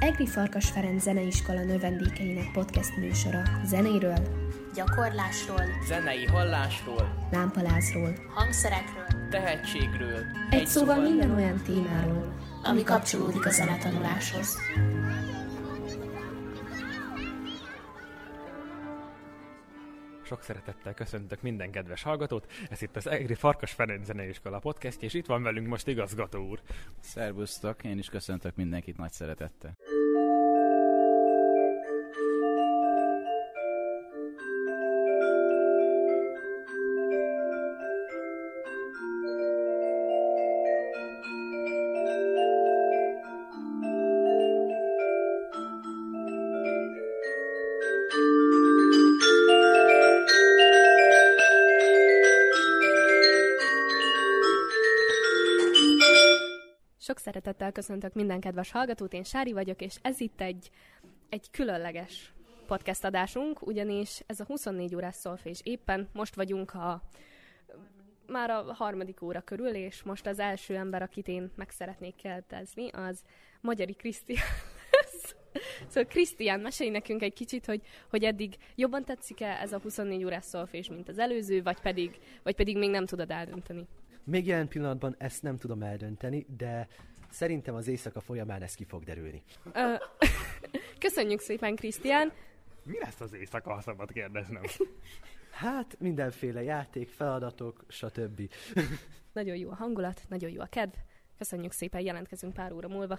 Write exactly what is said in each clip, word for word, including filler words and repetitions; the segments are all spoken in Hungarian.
Egri Farkas Ferenc Zeneiskola növendékeinek podcast műsora zenéről, gyakorlásról, zenei hallásról, lámpalázról, hangszerekről, tehetségről. Egy, egy szóval minden olyan témáról, ami kapcsolódik a zenetanuláshoz. Sok szeretettel köszöntök minden kedves hallgatót, ez itt az Egri Farkas Ferenc Zeneiskola podcast, és itt van velünk most igazgató úr. Szervusztok, én is köszöntök mindenkit nagy szeretettel. Sok szeretettel köszöntök minden kedves hallgatót, én Sári vagyok, és ez itt egy, egy különleges podcast adásunk, ugyanis ez a huszonnégy órás szolfés éppen, most vagyunk a, már a harmadik óra körül, és most az első ember, akit én meg szeretnék kérdezni, az Magyari Krisztián. Szóval Krisztián, mesélj nekünk egy kicsit, hogy, hogy eddig jobban tetszik-e ez a huszonnégy órás szolfés, mint az előző, vagy pedig, vagy pedig még nem tudod eldönteni? Még jelen pillanatban ezt nem tudom eldönteni, de szerintem az éjszaka folyamán ez ki fog derülni. Ö, köszönjük szépen, Krisztián! Mi lesz az éjszaka, ha szabad kérdeznem? Hát mindenféle játék, feladatok, stb. Nagyon jó a hangulat, nagyon jó a kedv. Köszönjük szépen, jelentkezünk pár óra múlva.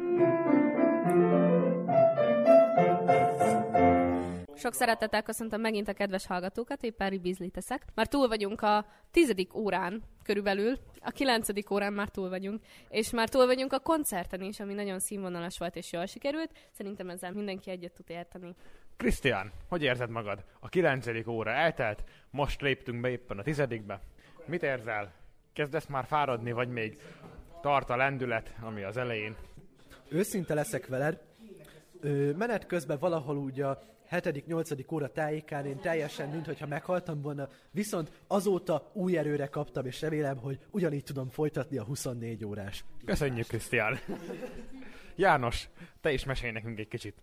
Sok szeretettel köszöntöm megint a kedves hallgatókat, éppen ribizli teszek. Már túl vagyunk a tizedik órán körülbelül, a kilencedik órán már túl vagyunk, és már túl vagyunk a koncerten is, ami nagyon színvonalas volt és jól sikerült. Szerintem ezzel mindenki egyet tud érteni. Krisztián, hogy érzed magad? A kilencedik óra eltelt, most léptünk be éppen a tizedikbe. Mit érzel? Kezdesz már fáradni, vagy még tart a lendület, ami az elején? Őszinte leszek veled, Ö, menet közben valahol úgy a hetedik-nyolcadik óra tájékán én teljesen, minthogyha meghaltam volna, viszont azóta új erőre kaptam, és remélem, hogy ugyanígy tudom folytatni a huszonnégy órás. Köszönjük, Krisztián! János, te is mesélj nekünk egy kicsit.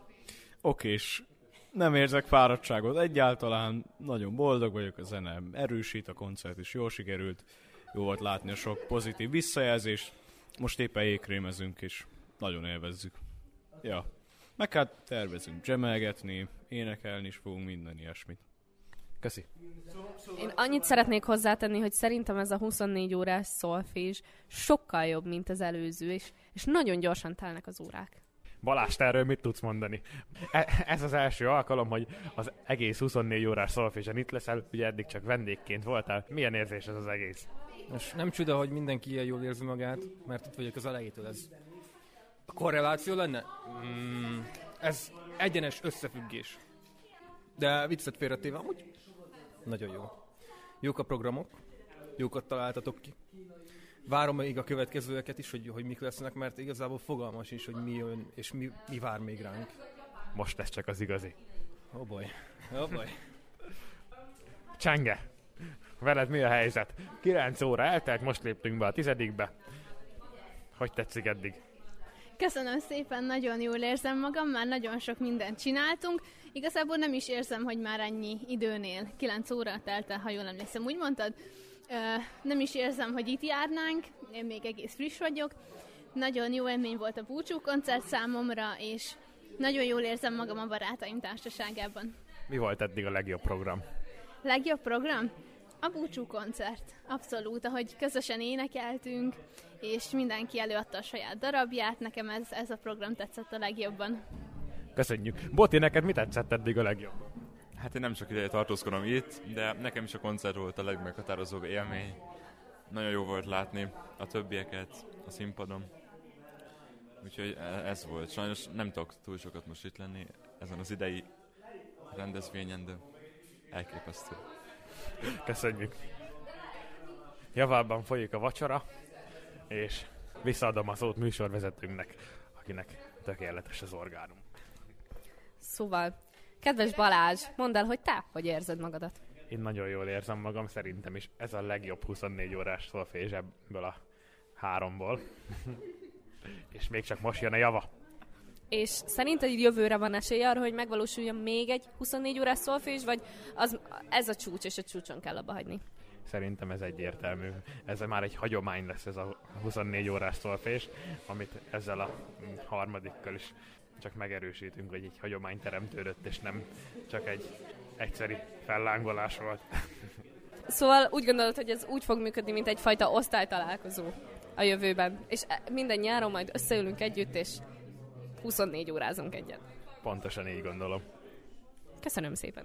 Okés, nem érzek fáradtságot egyáltalán, nagyon boldog vagyok, a zene erősít, a koncert is jól sikerült, jó volt látni a sok pozitív visszajelzést, most éppen jégkrémezünk és nagyon élvezzük. Ja, meg hát tervezünk dzsemelgetni, énekelni is fogunk, minden ilyesmit. Köszi. Én annyit szeretnék hozzátenni, hogy szerintem ez a huszonnégy órás szolfés sokkal jobb, mint az előző, és, és nagyon gyorsan telnek az órák. Balázs, te erről mit tudsz mondani? E- ez az első alkalom, hogy az egész huszonnégy órás szolfésen itt leszel, ugye eddig csak vendégként voltál. Milyen érzés ez az egész? Most nem csoda, hogy mindenki ilyen jól érzi magát, mert itt vagyok az elejétől. Ez a korreláció lenne? Mm, ez egyenes összefüggés. De viccet félretéve, amúgy nagyon jó. Jók a programok, jókat találtatok ki. Várom még a következőeket is, hogy, hogy mik lesznek, mert igazából fogalmas is, hogy mi jön és mi, mi vár még ránk. Most lesz csak az igazi. Oh boy, oh boy. Csenge, veled mi a helyzet? kilenc óra eltelt, most léptünk be a tizedikbe. Hogy tetszik eddig? Köszönöm szépen, nagyon jól érzem magam, már nagyon sok mindent csináltunk. Igazából nem is érzem, hogy már ennyi időnél kilenc óra telt el, ha jól emlékszem, úgy mondtad. Nem is érzem, hogy itt járnánk, én még egész friss vagyok. Nagyon jó élmény volt a búcsú koncert számomra, és nagyon jól érzem magam a barátaim társaságában. Mi volt eddig a legjobb program? Legjobb program? A búcsú koncert. Abszolút, ahogy közösen énekeltünk, és mindenki előadta a saját darabját. Nekem ez, ez a program tetszett a legjobban. Köszönjük. Boti, neked mi tetszett eddig a legjobban? Hát én nem csak ideje tartózkodom itt, de nekem is a koncert volt a legmeghatározóbb élmény. Nagyon jó volt látni a többieket a színpadon. Úgyhogy ez volt. Sajnos nem tudok túl sokat most itt lenni ezen az idei rendezvényen, de elképesztő. Köszönjük. Javában folyik a vacsora, és visszaadom a szót műsorvezetőnknek, akinek tökéletes az orgánum. Szóval, kedves Balázs, mondd el, hogy te hogy érzed magadat? Én nagyon jól érzem magam, szerintem is ez a legjobb huszonnégy órás szolfés ebből a háromból. És még csak most jön a java. És szerinted jövőre van esély arra, hogy megvalósuljon még egy huszonnégy órás szolfés, vagy az, ez a csúcs, és a csúcson kell abba hagyni? Szerintem ez egyértelmű. Ez már egy hagyomány lesz ez a huszonnégy órás szolfés, amit ezzel a harmadikkal is csak megerősítünk, hogy egy hagyomány teremtődött, és nem csak egy egyszeri fellángolás volt. Szóval úgy gondolod, hogy ez úgy fog működni, mint egyfajta osztálytalálkozó a jövőben. És minden nyáron majd összeülünk együtt, és huszonnégy órázunk egyet. Pontosan így gondolom. Köszönöm szépen.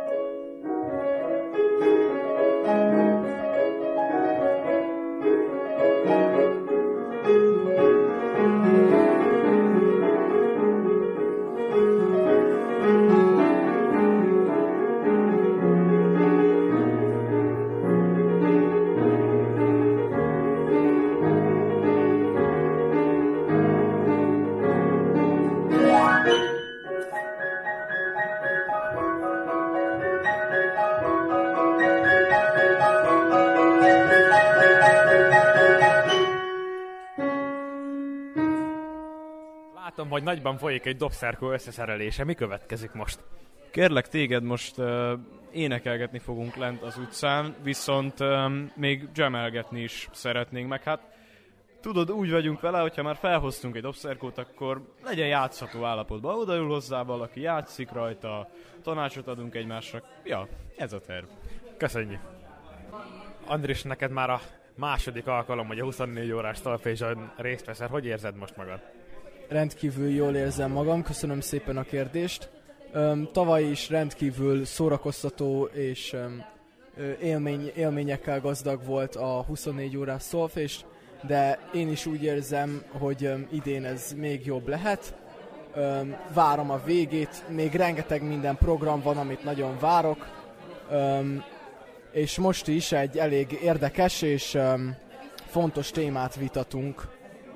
Látom, hogy nagyban folyik egy dobszerkó összeszerelése. Mi következik most? Kérlek téged, most uh, énekelgetni fogunk lent az utcán, viszont um, még jamelgetni is szeretnénk, meg hát tudod, úgy vagyunk vele, hogyha már felhoztunk egy dobszerkót, akkor legyen játszható állapotban. Odaül hozzá valaki, játszik rajta, tanácsot adunk egymásnak. Ja, ez a terv. Köszönjük. Andris, neked már a második alkalom, hogy a huszonnégy órás szolfézson részt veszel. Hogy érzed most magad? Rendkívül jól érzem magam, köszönöm szépen a kérdést. Öm, tavaly is rendkívül szórakoztató és öm, élmény, élményekkel gazdag volt a huszonnégy órás szolfés, de én is úgy érzem, hogy öm, idén ez még jobb lehet. Öm, várom a végét, még rengeteg minden program van, amit nagyon várok, öm, és most is egy elég érdekes és öm, fontos témát vitatunk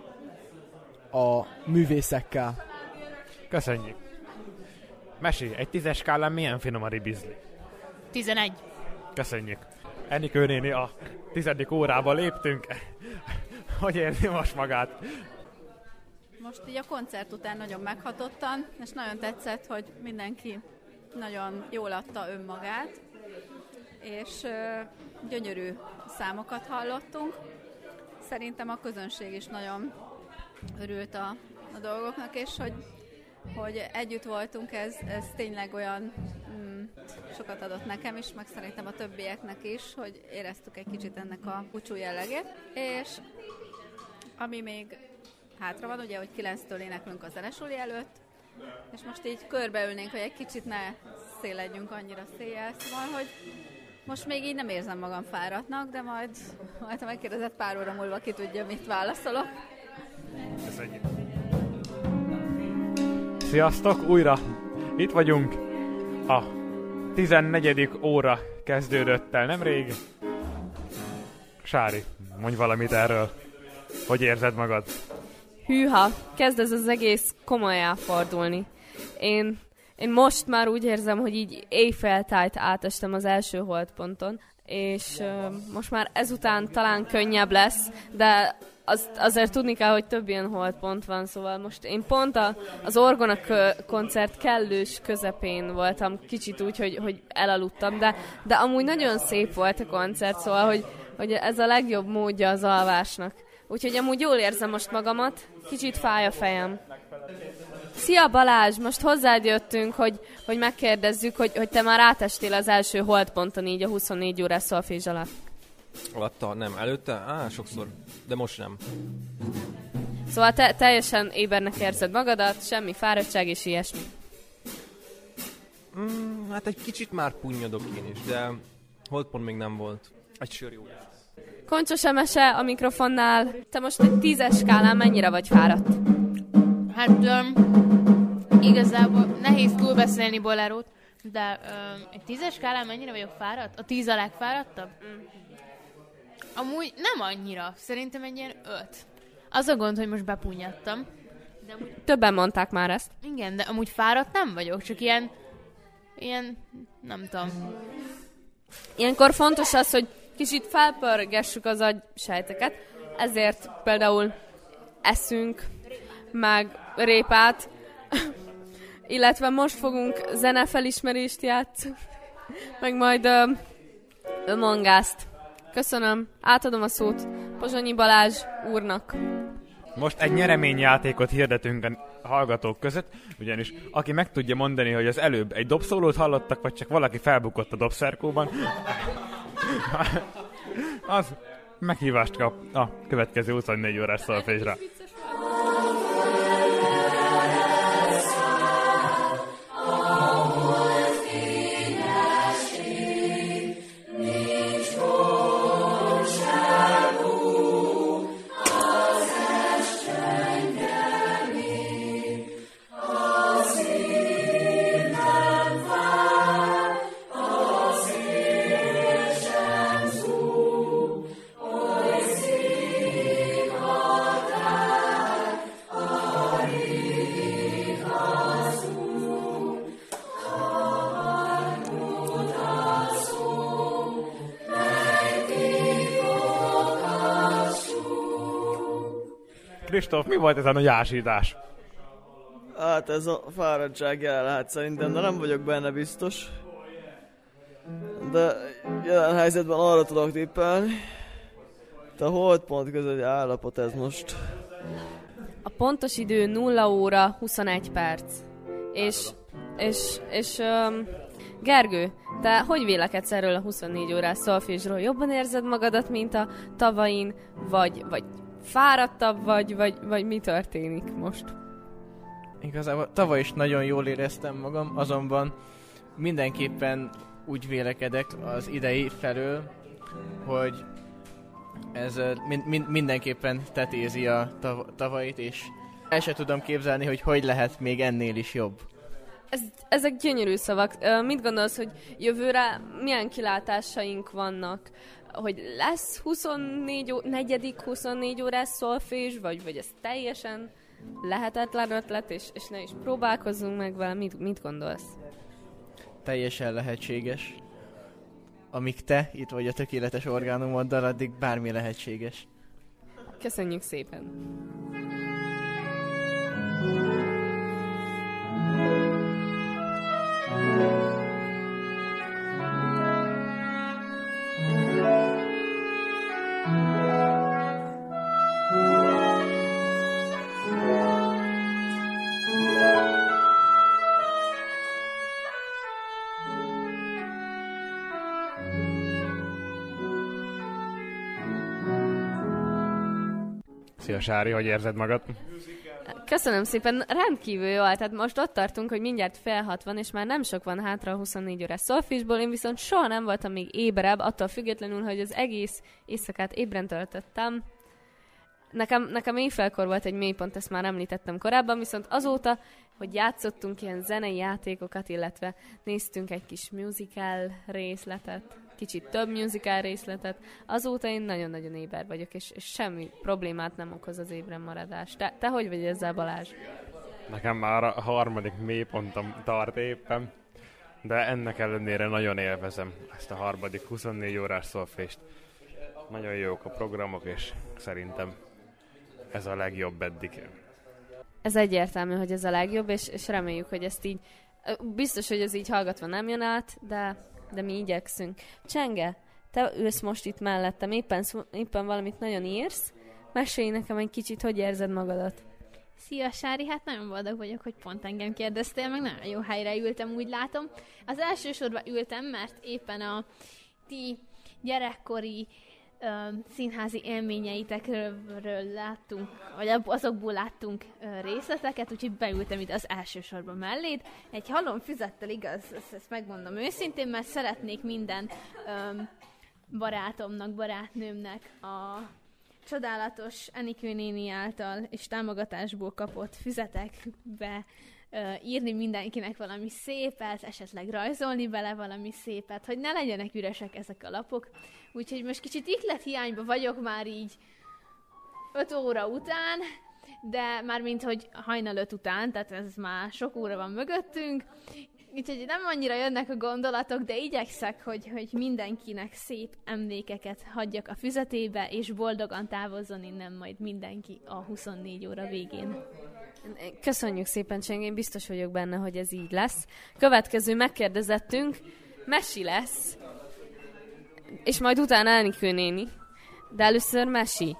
a művészekkel. Köszönjük. Mesi, egy tízes skálán milyen finom a ribizli? tizenegy. Köszönjük. Enikő néni, a tizedik órába léptünk. Hogy érzi most magát? Most így a koncert után nagyon meghatottan, és nagyon tetszett, hogy mindenki nagyon jól adta önmagát, és ö, gyönyörű számokat hallottunk. Szerintem a közönség is nagyon örült a, a dolgoknak, és hogy, hogy együtt voltunk, ez, ez tényleg olyan mm, sokat adott nekem is, meg szerintem a többieknek is, hogy éreztük egy kicsit ennek a búcsú jellegét. És ami még hátra van, ugye, hogy kilenctől éneklünk a zenesuli előtt, és most így körbeülnénk, hogy egy kicsit ne széledjünk annyira széjjel, szóval, hogy most még így nem érzem magam fáradtnak, de majd, majd ha megkérdezett pár óra múlva, ki tudja, mit válaszolok. Köszönjük. Sziasztok, újra itt vagyunk. A tizennegyedik óra kezdődött el nemrég. Sári, mondj valamit erről. Hogy érzed magad? Hűha, kezd ez az egész komolyan fordulni. Én, én most már úgy érzem, hogy így éjféltájt átestem az első holdponton, és uh, most már ezután talán könnyebb lesz, de az, azért tudni kell, hogy több ilyen holdpont van, szóval most én pont a, az Orgona koncert kellős közepén voltam, kicsit úgy, hogy, hogy elaludtam, de, de amúgy nagyon szép volt a koncert, szóval, hogy, hogy ez a legjobb módja az alvásnak. Úgyhogy amúgy jól érzem most magamat, kicsit fáj a fejem. Szia Balázs, most hozzád jöttünk, hogy, hogy megkérdezzük, hogy, hogy te már átestél az első holdponton így a huszonnégy órás szolfés alatt. Alatta nem, előtte? Á, sokszor, de most nem. Szóval te teljesen ébernek érzed magadat, semmi fáradtság és ilyesmi. Mm, hát egy kicsit már punnyadok én is, de holdpont még nem volt. Egy sör jó lesz. Koncsos Emese a mikrofonnál. Te most egy tízes skálán mennyire vagy fáradt? Hát um, igazából nehéz túlbeszélni Bolerót, de um, egy tízes skálán mennyire vagyok fáradt? A tíz a legfáradtabb? Mm. Amúgy nem annyira. Szerintem egy ilyen öt. Az a gond, hogy most bepunnyadtam. De amúgy... Többen mondták már ezt. Igen, de amúgy fáradt nem vagyok, csak ilyen, ilyen, nem tudom. Ilyenkor fontos az, hogy kicsit felpörgessük az agysejteket, ezért például eszünk, meg répát, illetve most fogunk zenefelismerést játszani, meg majd uh, Among Us-t. Köszönöm, átadom a szót Pozsonyi Balázs úrnak. Most egy nyereményjátékot hirdetünk a hallgatók között, ugyanis aki meg tudja mondani, hogy az előbb egy dobszólót hallottak, vagy csak valaki felbukott a dobszerkóban, az meghívást kap a következő huszonnégy órás szolfésra. Kristóf, mi volt ez a nagy ásítás? Hát ez a fáradtság jelen lehet szerintem, de nem vagyok benne biztos. De jelen helyzetben arra tudok tippelni. A holdpont közötti állapot ez most. A pontos idő nulla óra huszonegy perc. És, és, és um, Gergő, te hogy vélekedsz erről a huszonnégy órás szolfésről? Jobban érzed magadat, mint a tavain, vagy, vagy fáradtabb vagy, vagy, vagy mi történik most? Igazából tavaly is nagyon jól éreztem magam, azonban mindenképpen úgy vélekedek az idei felől, hogy ez min- min- mindenképpen tetézi a tav- tavait, és el sem tudom képzelni, hogy hogy lehet még ennél is jobb. Ez, ezek gyönyörű szavak. Mit gondolsz, hogy jövőre milyen kilátásaink vannak? Hogy lesz huszonnégy ó- negyedik huszonnégy órás szolfés, vagy, vagy ez teljesen lehetetlen ötlet, és, és ne is próbálkozzunk meg vele. Mit, mit gondolsz? Teljesen lehetséges. Amíg te itt vagy a tökéletes orgánumoddal, addig bármi lehetséges. Köszönjük szépen! Szia Sári, hogy érzed magad? Köszönöm szépen, rendkívül jó. Tehát most ott tartunk, hogy mindjárt fél hat van, és már nem sok van hátra a huszonnégy órás szolfésból. Én viszont soha nem voltam még éberebb, attól függetlenül, hogy az egész éjszakát ébren töltöttem. Nekem, nekem éjfélkor volt egy mélypont, ezt már említettem korábban, viszont azóta, hogy játszottunk ilyen zenei játékokat, illetve néztünk egy kis musical részletet, kicsit több musical részletet, azóta én nagyon-nagyon éber vagyok, és, és semmi problémát nem okoz az ébren maradás. Te, te hogy vagy ezzel, Balázs? Nekem már a harmadik mélypontom tart éppen, de ennek ellenére nagyon élvezem ezt a harmadik huszonnégy órás szolfést. Nagyon jók a programok, és szerintem ez a legjobb eddig. Ez egyértelmű, hogy ez a legjobb, és, és reméljük, hogy ezt így, biztos, hogy ez így hallgatva nem jön át, de, de mi igyekszünk. Csenge, te ülsz most itt mellettem, éppen, éppen valamit nagyon írsz. Mesélj nekem egy kicsit, hogy érzed magadat. Szia, Sári, hát nagyon boldog vagyok, hogy pont engem kérdeztél, meg nagyon jó helyre ültem, úgy látom. Az első sorban ültem, mert éppen a ti gyerekkori uh, színházi élményeitekről láttunk, vagy azokból láttunk uh, részleteket, úgyhogy beültem itt az első sorban melléd. Egy halom füzettel, igaz, ezt, ezt megmondom őszintén, mert szeretnék minden um, barátomnak, barátnőmnek a csodálatos Enikő néni által és támogatásból kapott füzetekbe uh, írni mindenkinek valami szépet, esetleg rajzolni bele valami szépet, hogy ne legyenek üresek ezek a lapok. Úgyhogy most kicsit ihlet hiányba vagyok már így öt óra után, de már mint hogy hajnal öt után, tehát ez már sok óra van mögöttünk, úgyhogy nem annyira jönnek a gondolatok, de igyekszek, hogy, hogy mindenkinek szép emlékeket hagyjak a füzetébe, és boldogan távozzon innen majd mindenki a huszonnégy óra végén. Köszönjük szépen, Cseng, én biztos vagyok benne, hogy ez így lesz. Következő megkérdezettünk, Mesi lesz, és majd utána Enikő néni, de először Mesi.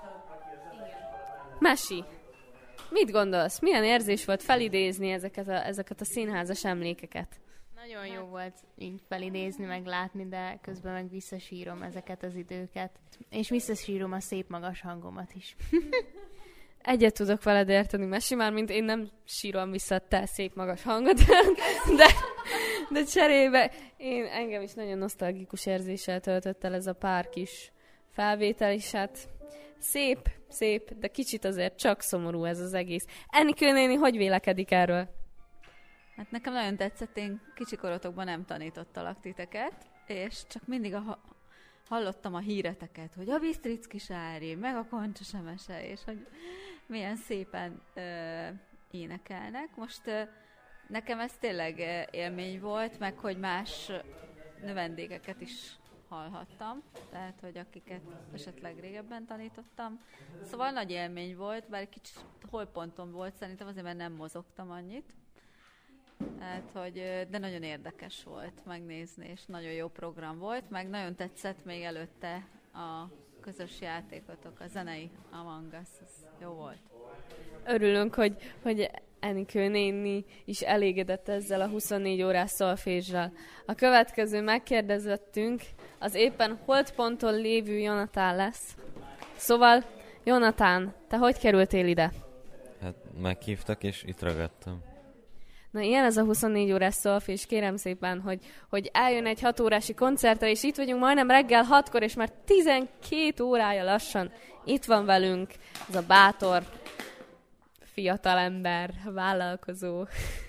Mesi, mit gondolsz? Milyen érzés volt felidézni ezeket a, ezeket a színházas emlékeket? Nagyon jó volt így felidézni, meg látni, de közben meg visszasírom ezeket az időket. És visszasírom a szép magas hangomat is. Egyet tudok veled érteni, Mesi, már mint én nem sírom vissza te szép magas hangot, de, de cserébe én, engem is nagyon nosztalgikus érzéssel töltött el ez a pár kis felvétel, és hát szép, szép, de kicsit azért csak szomorú ez az egész. Enikő néni, hogy vélekedik erről? Hát nekem nagyon tetszett, én kicsikorotokban nem tanítottalak titeket, és csak mindig a, hallottam a híreteket, hogy a Bisztricki Sári, meg a Koncsa Semese, és hogy milyen szépen ö, énekelnek. Most ö, nekem ez tényleg élmény volt, meg hogy más növendékeket is hallhattam, tehát hogy akiket esetleg régebben tanítottam. Szóval nagy élmény volt, bár egy kicsit holponton volt, szerintem azért, mert nem mozogtam annyit. Tehát, hogy, de nagyon érdekes volt megnézni, és nagyon jó program volt, meg nagyon tetszett még előtte a közös játékotok, a zenei Among Us, ez jó volt. Örülünk, hogy, hogy Enikő néni is elégedett ezzel a huszonnégy órás szolfézsel. A következő megkérdezettünk az éppen holdponton lévő Jonatán lesz. Szóval, Jonatán, te hogy kerültél ide? Hát meghívtak, és itt ragadtam. Na ilyen ez a huszonnégy órás szolfés, kérem szépen, hogy, hogy eljön egy hat órási koncertre, és itt vagyunk majdnem reggel hatkor, és már tizenkét órája lassan itt van velünk ez a bátor fiatalember, vállalkozó.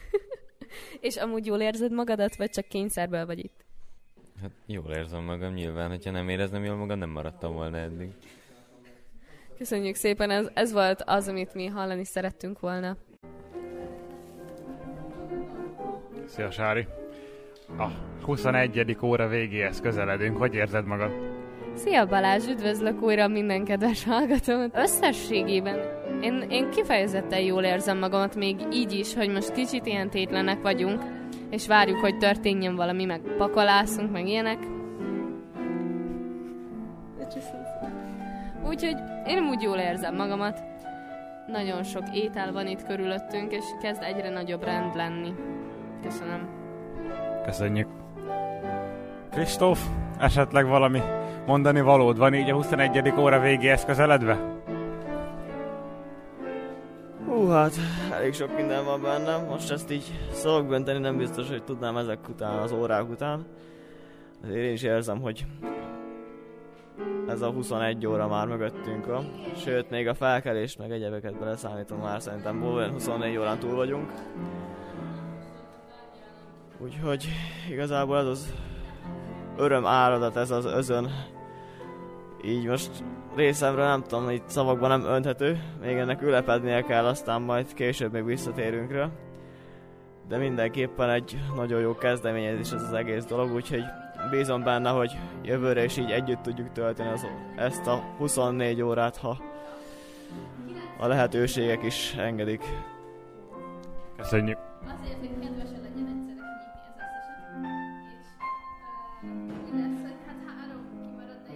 És amúgy jól érzed magadat, vagy csak kényszerből vagy itt? Hát jól érzem magam, nyilván, hogyha nem érezném jól magam, nem maradtam volna eddig. Köszönjük szépen, ez, ez volt az, amit mi hallani szerettünk volna. Szia, Sári! A huszonegyedik óra végéhez közeledünk. Hogy érzed magad? Szia Balázs, üdvözlök újra minden kedves hallgatót. Összességében én, én kifejezetten jól érzem magamat, még így is, hogy most kicsit ilyen tétlenek vagyunk, és várjuk, hogy történjen valami, meg pakolászunk, meg ilyenek. Úgyhogy én úgy jól érzem magamat. Nagyon sok étel van itt körülöttünk, és kezd egyre nagyobb rend lenni. Köszönöm. Köszönjük. Kristóf, esetleg valami mondani valód van így a huszonegyedik óra végéhez közeledve? Hú, hát elég sok minden van bennem. Most ezt így szavakban tenni nem biztos, hogy tudnám ezek után, az órák után. Azért én is érzem, hogy ez a huszonegy óra már mögöttünk van. Sőt, még a felkelést meg egyebeket beleszámítom már, szerintem bőven huszonnégy órán túl vagyunk. Úgyhogy igazából ez az öröm áradat, ez az özön. Így most részemről nem tudom, itt szavakban nem önthető. Még ennek ülepednie kell, aztán majd később még visszatérünk rá. De mindenképpen egy nagyon jó kezdeményezés ez az egész dolog, úgyhogy bízom benne, hogy jövőre is így együtt tudjuk tölteni az, ezt a huszonnégy órát, ha a lehetőségek is engedik. Köszönjük! Azért, hogy kedvesen legyen egyszerre kinyitni az összeset, és uh, lesz, hogy hát három kimarad, de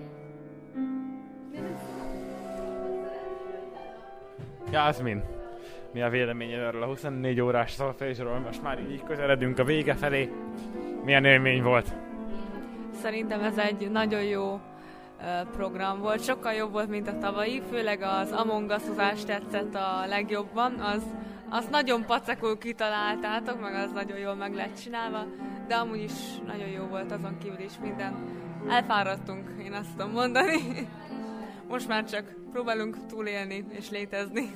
így. Jászmin, mi a véleményed erről a huszonnégy órás szolfézsről? Most már így közeledünk a vége felé. Milyen élmény volt? Szerintem ez egy nagyon jó uh, program volt. Sokkal jobb volt, mint a tavalyi, főleg az Among Us-ozás tetszett a legjobban. Az, azt nagyon pacekul kitaláltátok, meg az nagyon jól meg lett csinálva, de amúgy is nagyon jó volt azon kívül is minden. Elfáradtunk, én azt tudom mondani. Most már csak próbálunk túlélni és létezni.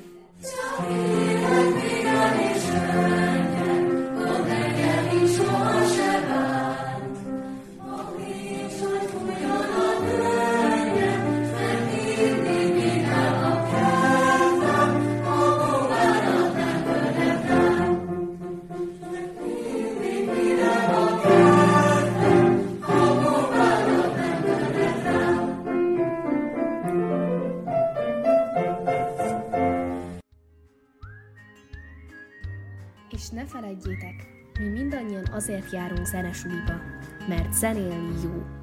ne feledjétek, mi mindannyian azért járunk zenesuliba, mert zenélni jó.